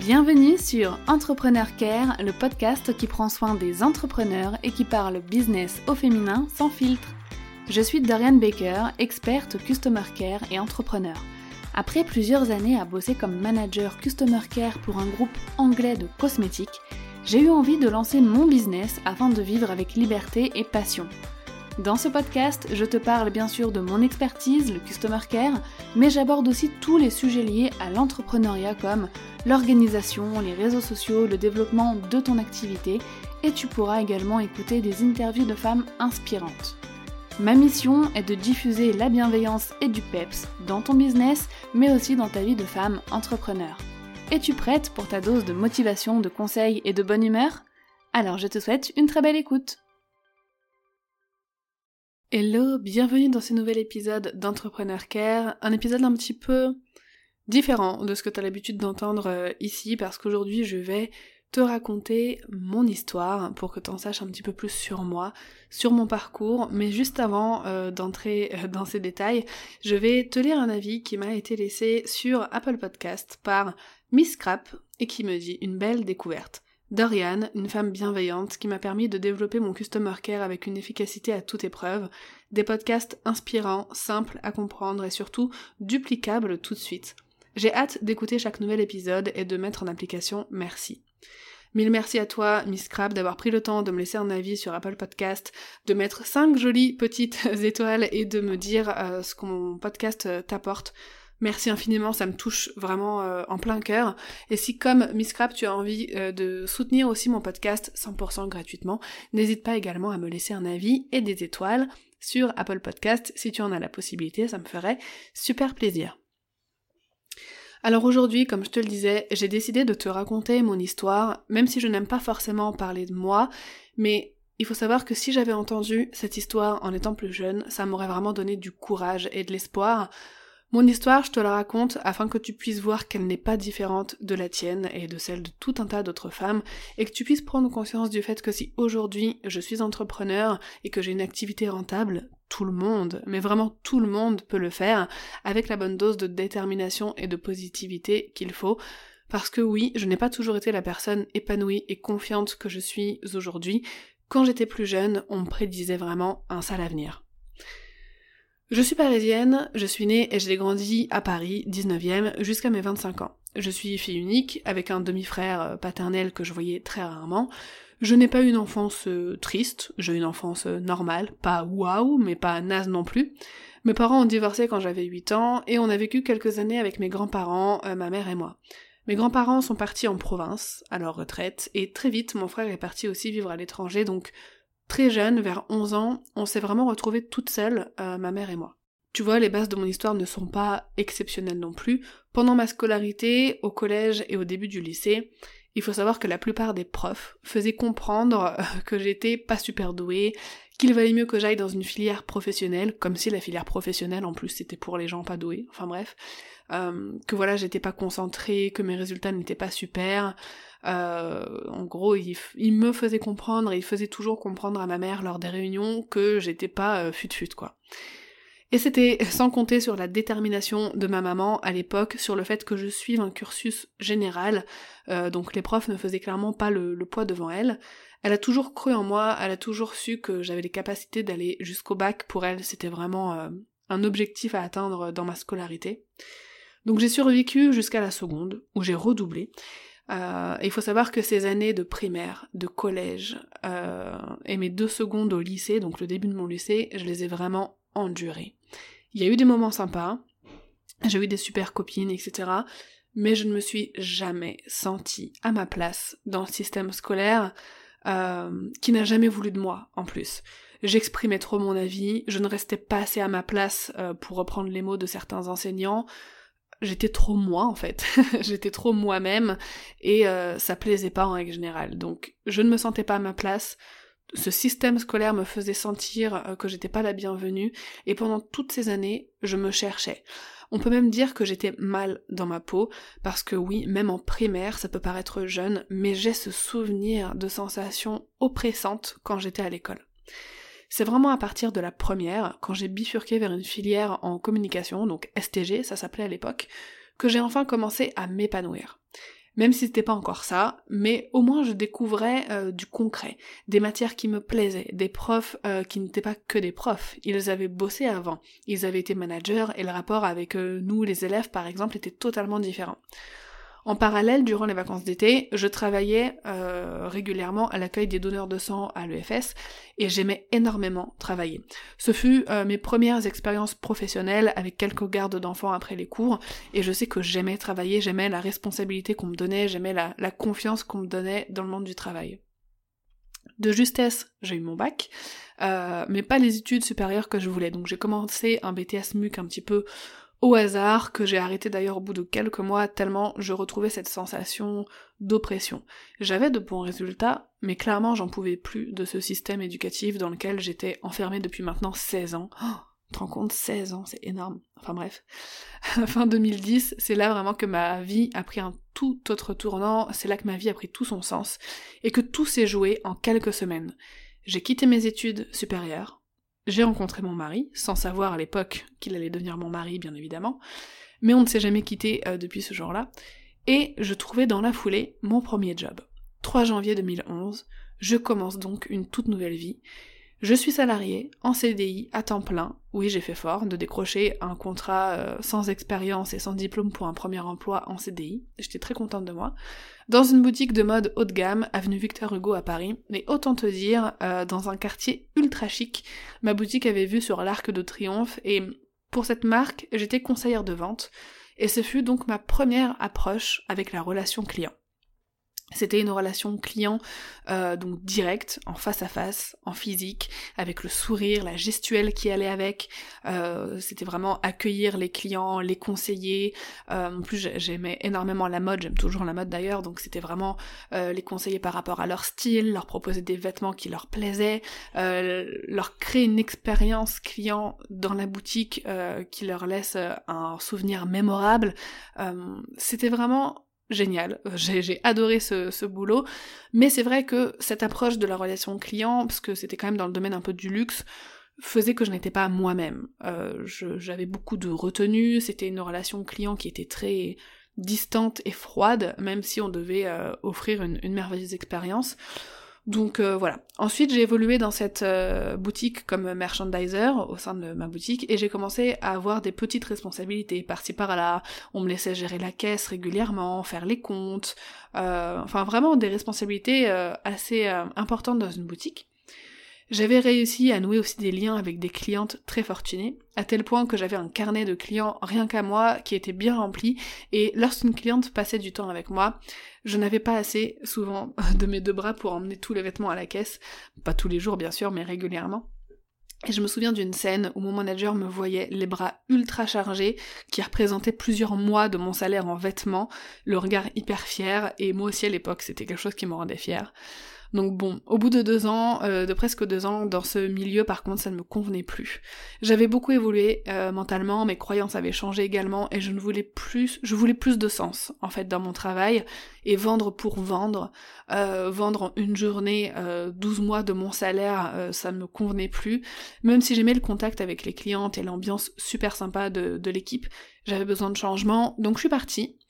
Bienvenue sur Entrepreneur Care, le podcast qui prend soin des entrepreneurs et qui parle business au féminin sans filtre. Je suis Dorian Baker, experte Customer Care et entrepreneur. Après plusieurs années à bosser comme manager Customer Care pour un groupe anglais de cosmétiques, j'ai eu envie de lancer mon business afin de vivre avec liberté et passion. Dans ce podcast, je te parle bien sûr de mon expertise, le Customer Care, mais j'aborde aussi tous les sujets liés à l'entrepreneuriat comme l'organisation, les réseaux sociaux, le développement de ton activité, et tu pourras également écouter des interviews de femmes inspirantes. Ma mission est de diffuser la bienveillance et du peps dans ton business, mais aussi dans ta vie de femme entrepreneur. Es-tu prête pour ta dose de motivation, de conseils et de bonne humeur ? Alors je te souhaite une très belle écoute. Hello, bienvenue dans ce nouvel épisode d'Entrepreneur Care, un épisode un petit peu différent de ce que tu as l'habitude d'entendre ici, parce qu'aujourd'hui je vais te raconter mon histoire pour que tu en saches un petit peu plus sur moi, sur mon parcours, mais juste avant d'entrer dans ces détails, je vais te lire un avis qui m'a été laissé sur Apple Podcast par Miss Crap et qui me dit « Une belle découverte ». Dorian, une femme bienveillante qui m'a permis de développer mon Customer Care avec une efficacité à toute épreuve, des podcasts inspirants, simples à comprendre et surtout duplicables tout de suite. J'ai hâte d'écouter chaque nouvel épisode et de mettre en application, merci. Mille merci à toi, Miss Crab, d'avoir pris le temps de me laisser un avis sur Apple Podcast, de mettre 5 jolies petites étoiles et de me dire ce que mon podcast t'apporte. Merci infiniment, ça me touche vraiment en plein cœur. Et si comme Miss Crab, tu as envie de soutenir aussi mon podcast 100% gratuitement, n'hésite pas également à me laisser un avis et des étoiles sur Apple Podcast si tu en as la possibilité, ça me ferait super plaisir. Alors aujourd'hui, comme je te le disais, j'ai décidé de te raconter mon histoire, même si je n'aime pas forcément parler de moi, mais il faut savoir que si j'avais entendu cette histoire en étant plus jeune, ça m'aurait vraiment donné du courage et de l'espoir. Mon histoire, je te la raconte afin que tu puisses voir qu'elle n'est pas différente de la tienne et de celle de tout un tas d'autres femmes, et que tu puisses prendre conscience du fait que si aujourd'hui je suis entrepreneur et que j'ai une activité rentable, tout le monde, mais vraiment tout le monde peut le faire, avec la bonne dose de détermination et de positivité qu'il faut, parce que oui, je n'ai pas toujours été la personne épanouie et confiante que je suis aujourd'hui. Quand j'étais plus jeune, on me prédisait vraiment un sale avenir. Je suis parisienne, je suis née et j'ai grandi à Paris, 19e, jusqu'à mes 25 ans. Je suis fille unique, avec un demi-frère paternel que je voyais très rarement. Je n'ai pas eu une enfance triste, j'ai eu une enfance normale, pas waouh, mais pas naze non plus. Mes parents ont divorcé quand j'avais 8 ans, et on a vécu quelques années avec mes grands-parents, ma mère et moi. Mes grands-parents sont partis en province, à leur retraite, et très vite mon frère est parti aussi vivre à l'étranger, donc très jeune, vers 11 ans, on s'est vraiment retrouvés toutes seules, ma mère et moi. Tu vois, les bases de mon histoire ne sont pas exceptionnelles non plus. Pendant ma scolarité, au collège et au début du lycée, il faut savoir que la plupart des profs faisaient comprendre que j'étais pas super douée, qu'il valait mieux que j'aille dans une filière professionnelle, comme si la filière professionnelle en plus c'était pour les gens pas doués, enfin bref, que voilà, j'étais pas concentrée, que mes résultats n'étaient pas super. En gros, il me faisait comprendre, et il faisait toujours comprendre à ma mère lors des réunions que j'étais pas fut-fut quoi. Et c'était sans compter sur la détermination de ma maman à l'époque, sur le fait que je suive un cursus général, donc les profs ne faisaient clairement pas le poids devant elle. Elle a toujours cru en moi, elle a toujours su que j'avais les capacités d'aller jusqu'au bac, pour elle c'était vraiment un objectif à atteindre dans ma scolarité. Donc j'ai survécu jusqu'à la seconde, où j'ai redoublé. Il faut savoir que ces années de primaire, de collège, et mes 2 secondes au lycée, donc le début de mon lycée, je les ai vraiment endurées. Il y a eu des moments sympas, j'ai eu des super copines, etc., mais je ne me suis jamais sentie à ma place dans le système scolaire, qui n'a jamais voulu de moi, en plus. J'exprimais trop mon avis, je ne restais pas assez à ma place, pour reprendre les mots de certains enseignants. J'étais trop moi en fait, j'étais trop moi-même, et ça plaisait pas en règle générale, donc je ne me sentais pas à ma place. Ce système scolaire me faisait sentir que j'étais pas la bienvenue, et pendant toutes ces années, je me cherchais. On peut même dire que j'étais mal dans ma peau, parce que oui, même en primaire, ça peut paraître jeune, mais j'ai ce souvenir de sensations oppressantes quand j'étais à l'école. C'est vraiment à partir de la première, quand j'ai bifurqué vers une filière en communication, donc STG, ça s'appelait à l'époque, que j'ai enfin commencé à m'épanouir. même si c'était pas encore ça, mais au moins je découvrais du concret, des matières qui me plaisaient, des profs qui n'étaient pas que des profs, ils avaient bossé avant, ils avaient été managers et le rapport avec nous les élèves par exemple était totalement différent. En parallèle, durant les vacances d'été, je travaillais régulièrement à l'accueil des donneurs de sang à l'EFS et j'aimais énormément travailler. Ce fut mes premières expériences professionnelles avec quelques gardes d'enfants après les cours et je sais que j'aimais travailler, j'aimais la responsabilité qu'on me donnait, j'aimais la confiance qu'on me donnait dans le monde du travail. De justesse, j'ai eu mon bac, mais pas les études supérieures que je voulais, donc j'ai commencé un BTS MUC un petit peu au hasard, que j'ai arrêté d'ailleurs au bout de quelques mois, tellement je retrouvais cette sensation d'oppression. J'avais de bons résultats, mais clairement j'en pouvais plus de ce système éducatif dans lequel j'étais enfermée depuis maintenant 16 ans. Oh, tu te rends compte, 16 ans, c'est énorme. Enfin bref. Fin 2010, c'est là vraiment que ma vie a pris un tout autre tournant, c'est là que ma vie a pris tout son sens, et que tout s'est joué en quelques semaines. J'ai quitté mes études supérieures, j'ai rencontré mon mari, sans savoir à l'époque qu'il allait devenir mon mari, bien évidemment, mais on ne s'est jamais quitté depuis ce jour-là, et je trouvais dans la foulée mon premier job. 3 janvier 2011, je commence donc une toute nouvelle vie. Je suis salariée, en CDI, à temps plein. Oui, j'ai fait fort de décrocher un contrat sans expérience et sans diplôme pour un premier emploi en CDI. J'étais très contente de moi. Dans une boutique de mode haut de gamme, avenue Victor Hugo à Paris. Mais autant te dire, dans un quartier ultra chic, ma boutique avait vue sur l'Arc de Triomphe et pour cette marque, j'étais conseillère de vente. Et ce fut donc ma première approche avec la relation client. C'était une relation client donc directe, en face à face, en physique, avec le sourire, la gestuelle qui allait avec. C'était vraiment accueillir les clients, les conseiller. En plus j'aimais énormément la mode, j'aime toujours la mode d'ailleurs, donc c'était vraiment les conseiller par rapport à leur style, leur proposer des vêtements qui leur plaisaient, leur créer une expérience client dans la boutique qui leur laisse un souvenir mémorable. C'était vraiment génial, j'ai adoré ce boulot, mais c'est vrai que cette approche de la relation client, parce que c'était quand même dans le domaine un peu du luxe, faisait que je n'étais pas moi-même. J'avais beaucoup de retenue, c'était une relation client qui était très distante et froide, même si on devait offrir une merveilleuse expérience. Donc voilà. Ensuite, j'ai évolué dans cette boutique comme merchandiser au sein de ma boutique et j'ai commencé à avoir des petites responsabilités par-ci par-là. On me laissait gérer la caisse régulièrement, faire les comptes, enfin vraiment des responsabilités assez importantes dans une boutique. J'avais réussi à nouer aussi des liens avec des clientes très fortunées, à tel point que j'avais un carnet de clients rien qu'à moi qui était bien rempli, et lorsqu'une cliente passait du temps avec moi, je n'avais pas assez souvent de mes 2 bras pour emmener tous les vêtements à la caisse, pas tous les jours bien sûr, mais régulièrement. Et je me souviens d'une scène où mon manager me voyait les bras ultra chargés, qui représentaient plusieurs mois de mon salaire en vêtements, le regard hyper fier, et moi aussi à l'époque c'était quelque chose qui me rendait fière. Donc bon, au bout de 2 ans, de presque 2 ans, dans ce milieu par contre ça ne me convenait plus. J'avais beaucoup évolué mentalement, mes croyances avaient changé également et je voulais plus de sens en fait dans mon travail, et vendre pour vendre, vendre en une journée 12 mois de mon salaire, ça ne me convenait plus. Même si j'aimais le contact avec les clientes et l'ambiance super sympa de l'équipe, j'avais besoin de changement, donc je suis partie.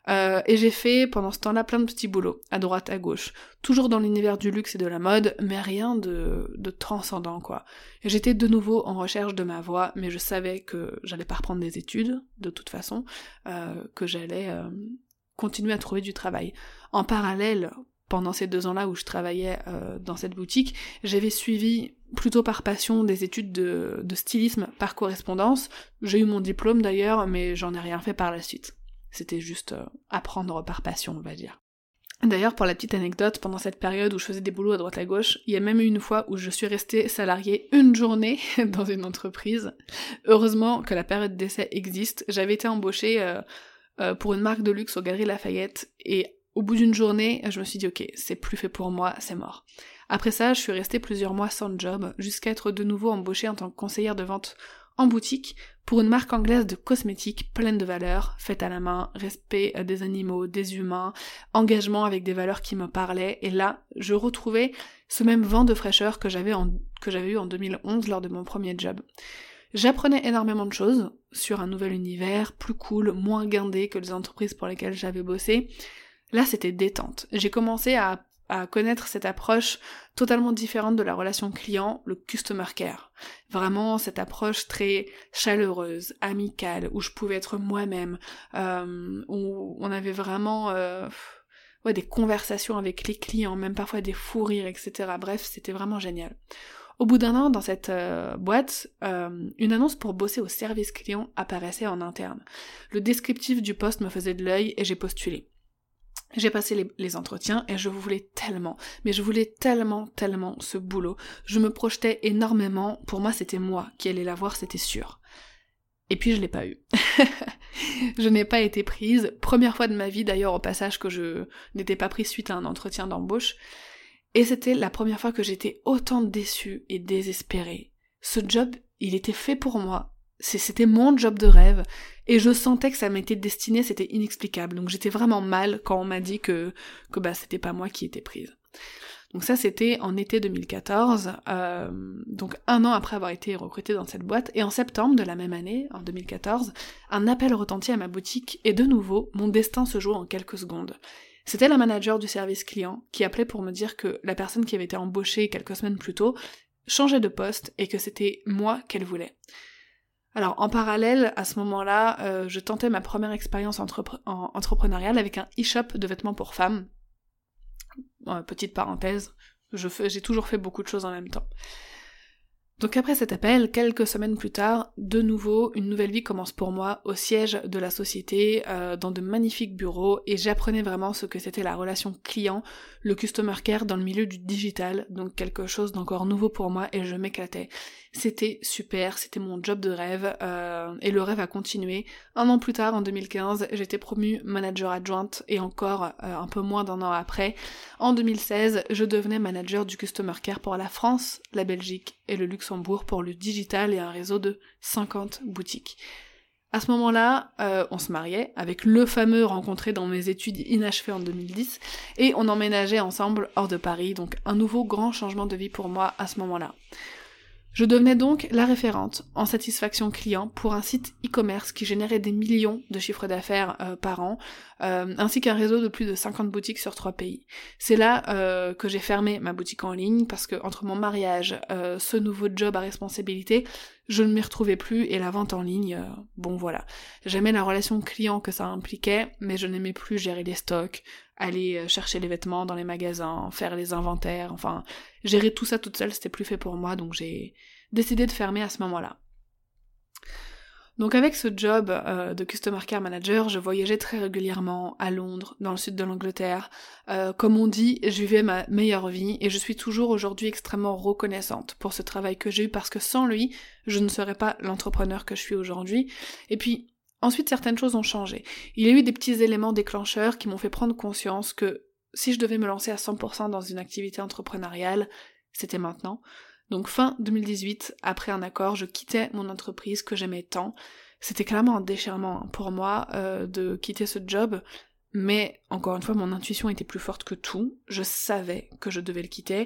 Et j'ai fait pendant ce temps-là plein de petits boulots, à droite, à gauche, toujours dans l'univers du luxe et de la mode, mais rien de transcendant quoi. Et j'étais de nouveau en recherche de ma voie, mais je savais que j'allais pas reprendre des études, de toute façon, que j'allais continuer à trouver du travail. En parallèle, pendant ces 2 ans-là où je travaillais dans cette boutique, j'avais suivi plutôt par passion des études de stylisme par correspondance. J'ai eu mon diplôme d'ailleurs, mais j'en ai rien fait par la suite. C'était juste apprendre par passion, on va dire. D'ailleurs, pour la petite anecdote, pendant cette période où je faisais des boulots à droite à gauche, il y a même eu une fois où je suis restée salariée une journée dans une entreprise. Heureusement que la période d'essai existe. J'avais été embauchée pour une marque de luxe aux Galeries Lafayette, et au bout d'une journée, je me suis dit ok, c'est plus fait pour moi, c'est mort. Après ça, je suis restée plusieurs mois sans job, jusqu'à être de nouveau embauchée en tant que conseillère de vente en boutique pour une marque anglaise de cosmétiques pleine de valeurs, faite à la main, respect des animaux, des humains, engagement avec des valeurs qui me parlaient, et là, je retrouvais ce même vent de fraîcheur que j'avais eu en 2011 lors de mon premier job. J'apprenais énormément de choses sur un nouvel univers, plus cool, moins guindé que les entreprises pour lesquelles j'avais bossé. Là, c'était détente. J'ai commencé à connaître cette approche totalement différente de la relation client, le customer care. Vraiment cette approche très chaleureuse, amicale, où je pouvais être moi-même, où on avait vraiment des conversations avec les clients, même parfois des fous rires, etc. Bref, c'était vraiment génial. Au bout d'1 an dans cette boîte, une annonce pour bosser au service client apparaissait en interne. Le descriptif du poste me faisait de l'œil et j'ai postulé. J'ai passé les entretiens et je voulais tellement ce boulot. Je me projetais énormément, pour moi c'était moi qui allais l'avoir, c'était sûr. Et puis je l'ai pas eu. Je n'ai pas été prise, première fois de ma vie d'ailleurs au passage que je n'étais pas prise suite à un entretien d'embauche, et c'était la première fois que j'étais autant déçue et désespérée. Ce job, il était fait pour moi. C'était mon job de rêve, et je sentais que ça m'était destiné, c'était inexplicable. Donc j'étais vraiment mal quand on m'a dit que c'était pas moi qui étais prise. Donc ça c'était en été 2014, donc 1 an après avoir été recrutée dans cette boîte, et en septembre de la même année, en 2014, un appel retentit à ma boutique, et de nouveau, mon destin se joue en quelques secondes. C'était la manager du service client qui appelait pour me dire que la personne qui avait été embauchée quelques semaines plus tôt changeait de poste et que c'était moi qu'elle voulait. Alors, en parallèle, à ce moment-là, je tentais ma première expérience entrepreneuriale avec un e-shop de vêtements pour femmes. Petite parenthèse, j'ai toujours fait beaucoup de choses en même temps. Donc après cet appel, quelques semaines plus tard, de nouveau, une nouvelle vie commence pour moi au siège de la société, dans de magnifiques bureaux, et j'apprenais vraiment ce que c'était la relation client, le customer care dans le milieu du digital, donc quelque chose d'encore nouveau pour moi, et je m'éclatais. C'était super, c'était mon job de rêve, et le rêve a continué. 1 an plus tard, en 2015, j'étais promue manager adjointe, et encore un peu moins d'1 an après, en 2016, je devenais manager du customer care pour la France, la Belgique et le Luxembourg pour le digital et un réseau de 50 boutiques. À ce moment-là, on se mariait avec le fameux rencontré dans mes études inachevées en 2010, et on emménageait ensemble hors de Paris, donc un nouveau grand changement de vie pour moi à ce moment-là. Je devenais donc la référente en satisfaction client pour un site e-commerce qui générait des millions de chiffres d'affaires par an, ainsi qu'un réseau de plus de 50 boutiques sur 3 pays. C'est là que j'ai fermé ma boutique en ligne, parce que entre mon mariage, ce nouveau job à responsabilité, je ne m'y retrouvais plus, et la vente en ligne, bon voilà. J'aimais la relation client que ça impliquait, mais je n'aimais plus gérer les stocks, aller chercher les vêtements dans les magasins, faire les inventaires, enfin, gérer tout ça toute seule, c'était plus fait pour moi, donc j'ai décidé de fermer à ce moment-là. Donc avec ce job de Customer Care Manager, je voyageais très régulièrement à Londres, dans le sud de l'Angleterre. Comme on dit, je vivais ma meilleure vie, et je suis toujours aujourd'hui extrêmement reconnaissante pour ce travail que j'ai eu, parce que sans lui, je ne serais pas l'entrepreneur que je suis aujourd'hui. Et puis, ensuite, certaines choses ont changé. Il y a eu des petits éléments déclencheurs qui m'ont fait prendre conscience que si je devais me lancer à 100% dans une activité entrepreneuriale, c'était maintenant. Donc fin 2018, après un accord, je quittais mon entreprise que j'aimais tant. C'était clairement un déchirement pour moi de quitter ce job, mais encore une fois, mon intuition était plus forte que tout. Je savais que je devais le quitter,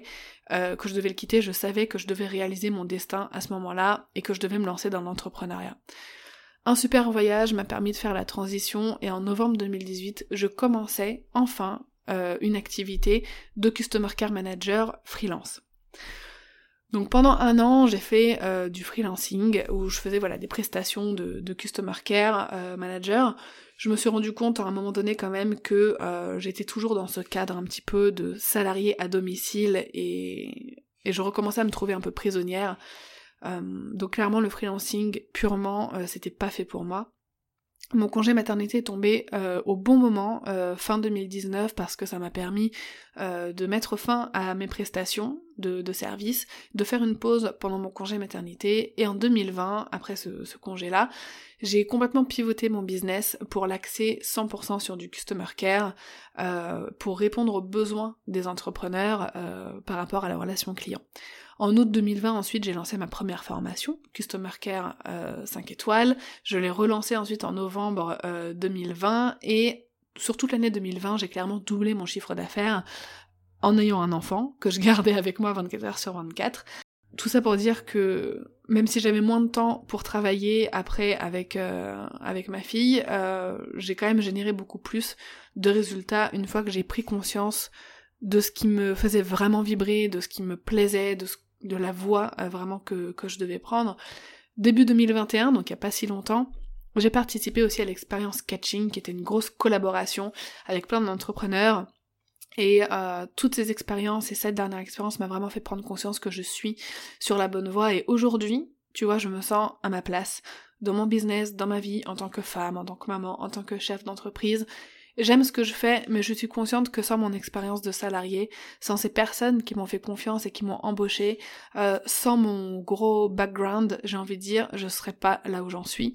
je savais que je devais réaliser mon destin à ce moment-là, et que je devais me lancer dans l'entrepreneuriat. Un super voyage m'a permis de faire la transition, et en novembre 2018, je commençais enfin une activité de Customer Care Manager freelance. Donc pendant 1 an, j'ai fait du freelancing, où je faisais des prestations de Customer Care Manager. Je me suis rendu compte à un moment donné quand même que j'étais toujours dans ce cadre un petit peu de salarié à domicile, et je recommençais à me trouver un peu prisonnière. Donc clairement le freelancing purement, c'était pas fait pour moi. Mon congé maternité est tombé au bon moment, fin 2019, parce que ça m'a permis de mettre fin à mes prestations de service, de faire une pause pendant mon congé maternité, et en 2020, après ce congé-là, j'ai complètement pivoté mon business pour l'axer 100% sur du customer care, pour répondre aux besoins des entrepreneurs par rapport à la relation client. En août 2020, ensuite, j'ai lancé ma première formation, Customer Care 5 étoiles. Je l'ai relancée ensuite en novembre 2020, et sur toute l'année 2020, j'ai clairement doublé mon chiffre d'affaires en ayant un enfant, que je gardais avec moi 24 heures sur 24. Tout ça pour dire que même si j'avais moins de temps pour travailler après avec ma fille, j'ai quand même généré beaucoup plus de résultats une fois que j'ai pris conscience de ce qui me faisait vraiment vibrer, de ce qui me plaisait, de la voie vraiment que je devais prendre. Début 2021, donc il n'y a pas si longtemps, j'ai participé aussi à l'expérience Catching, qui était une grosse collaboration avec plein d'entrepreneurs. Et toutes ces expériences et cette dernière expérience m'a vraiment fait prendre conscience que je suis sur la bonne voie. Et aujourd'hui, tu vois, je me sens à ma place dans mon business, dans ma vie, en tant que femme, en tant que maman, en tant que chef d'entreprise. J'aime ce que je fais, mais je suis consciente que sans mon expérience de salarié, sans ces personnes qui m'ont fait confiance et qui m'ont embauchée, sans mon gros background, j'ai envie de dire, je serais pas là où j'en suis.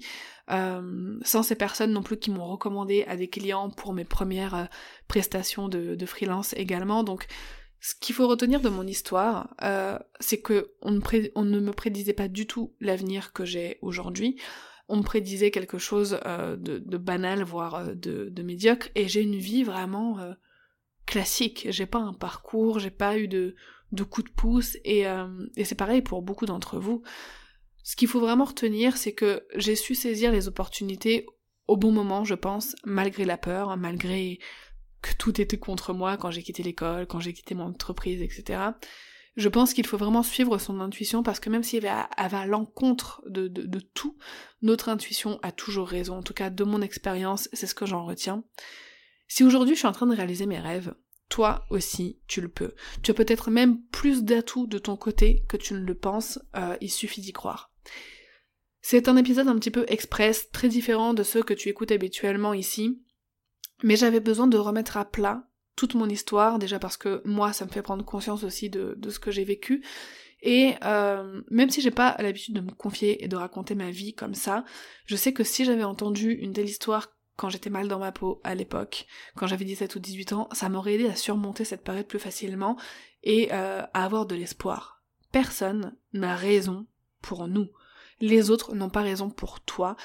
Sans ces personnes non plus qui m'ont recommandé à des clients pour mes premières prestations de freelance également. Donc, ce qu'il faut retenir de mon histoire, c'est que on ne me prédisait pas du tout l'avenir que j'ai aujourd'hui. On me prédisait quelque chose de banal, voire de médiocre, et j'ai une vie vraiment classique. J'ai pas un parcours, j'ai pas eu de coup de pouce, et c'est pareil pour beaucoup d'entre vous. Ce qu'il faut vraiment retenir, c'est que j'ai su saisir les opportunités au bon moment, je pense, malgré la peur, malgré que tout était contre moi quand j'ai quitté l'école, quand j'ai quitté mon entreprise, etc. Je pense qu'il faut vraiment suivre son intuition parce que même si elle va à l'encontre de tout, notre intuition a toujours raison. En tout cas, de mon expérience, c'est ce que j'en retiens. Si aujourd'hui je suis en train de réaliser mes rêves, toi aussi, tu le peux. Tu as peut-être même plus d'atouts de ton côté que tu ne le penses, il suffit d'y croire. C'est un épisode un petit peu express, très différent de ceux que tu écoutes habituellement ici, mais j'avais besoin de remettre à plat toute mon histoire, déjà parce que moi, ça me fait prendre conscience aussi de ce que j'ai vécu, et même si j'ai pas l'habitude de me confier et de raconter ma vie comme ça, je sais que si j'avais entendu une telle histoire quand j'étais mal dans ma peau à l'époque, quand j'avais 17 ou 18 ans, ça m'aurait aidé à surmonter cette période plus facilement et à avoir de l'espoir. Personne n'a raison pour nous. Les autres n'ont pas raison pour toi.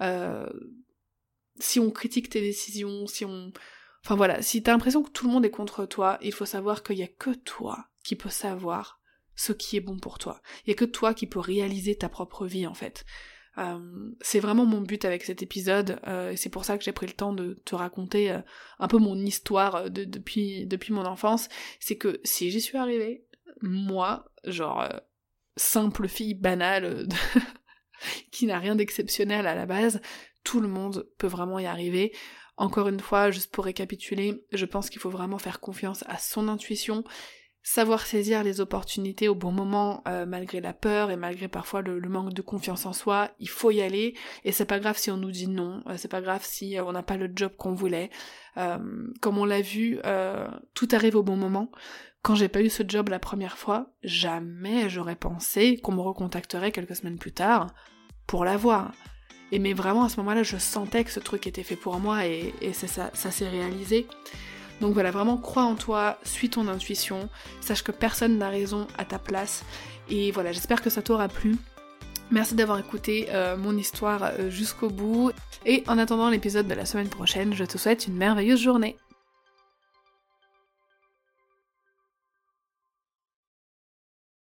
Si on critique tes décisions, Enfin voilà, si t'as l'impression que tout le monde est contre toi, il faut savoir qu'il y a que toi qui peux savoir ce qui est bon pour toi. Il y a que toi qui peux réaliser ta propre vie en fait. C'est vraiment mon but avec cet épisode, et c'est pour ça que j'ai pris le temps de te raconter un peu mon histoire depuis mon enfance. C'est que si j'y suis arrivée, moi, genre simple fille banale qui n'a rien d'exceptionnel à la base, tout le monde peut vraiment y arriver. Encore une fois, juste pour récapituler, je pense qu'il faut vraiment faire confiance à son intuition, savoir saisir les opportunités au bon moment, malgré la peur et malgré parfois le manque de confiance en soi, il faut y aller, et c'est pas grave si on nous dit non, c'est pas grave si on n'a pas le job qu'on voulait. Comme on l'a vu, tout arrive au bon moment. Quand j'ai pas eu ce job la première fois, jamais j'aurais pensé qu'on me recontacterait quelques semaines plus tard pour l'avoir. Mais vraiment à ce moment-là, je sentais que ce truc était fait pour moi et ça s'est réalisé. Donc voilà, vraiment crois en toi, suis ton intuition, sache que personne n'a raison à ta place. Et voilà, j'espère que ça t'aura plu. Merci d'avoir écouté mon histoire jusqu'au bout. Et en attendant l'épisode de la semaine prochaine, je te souhaite une merveilleuse journée.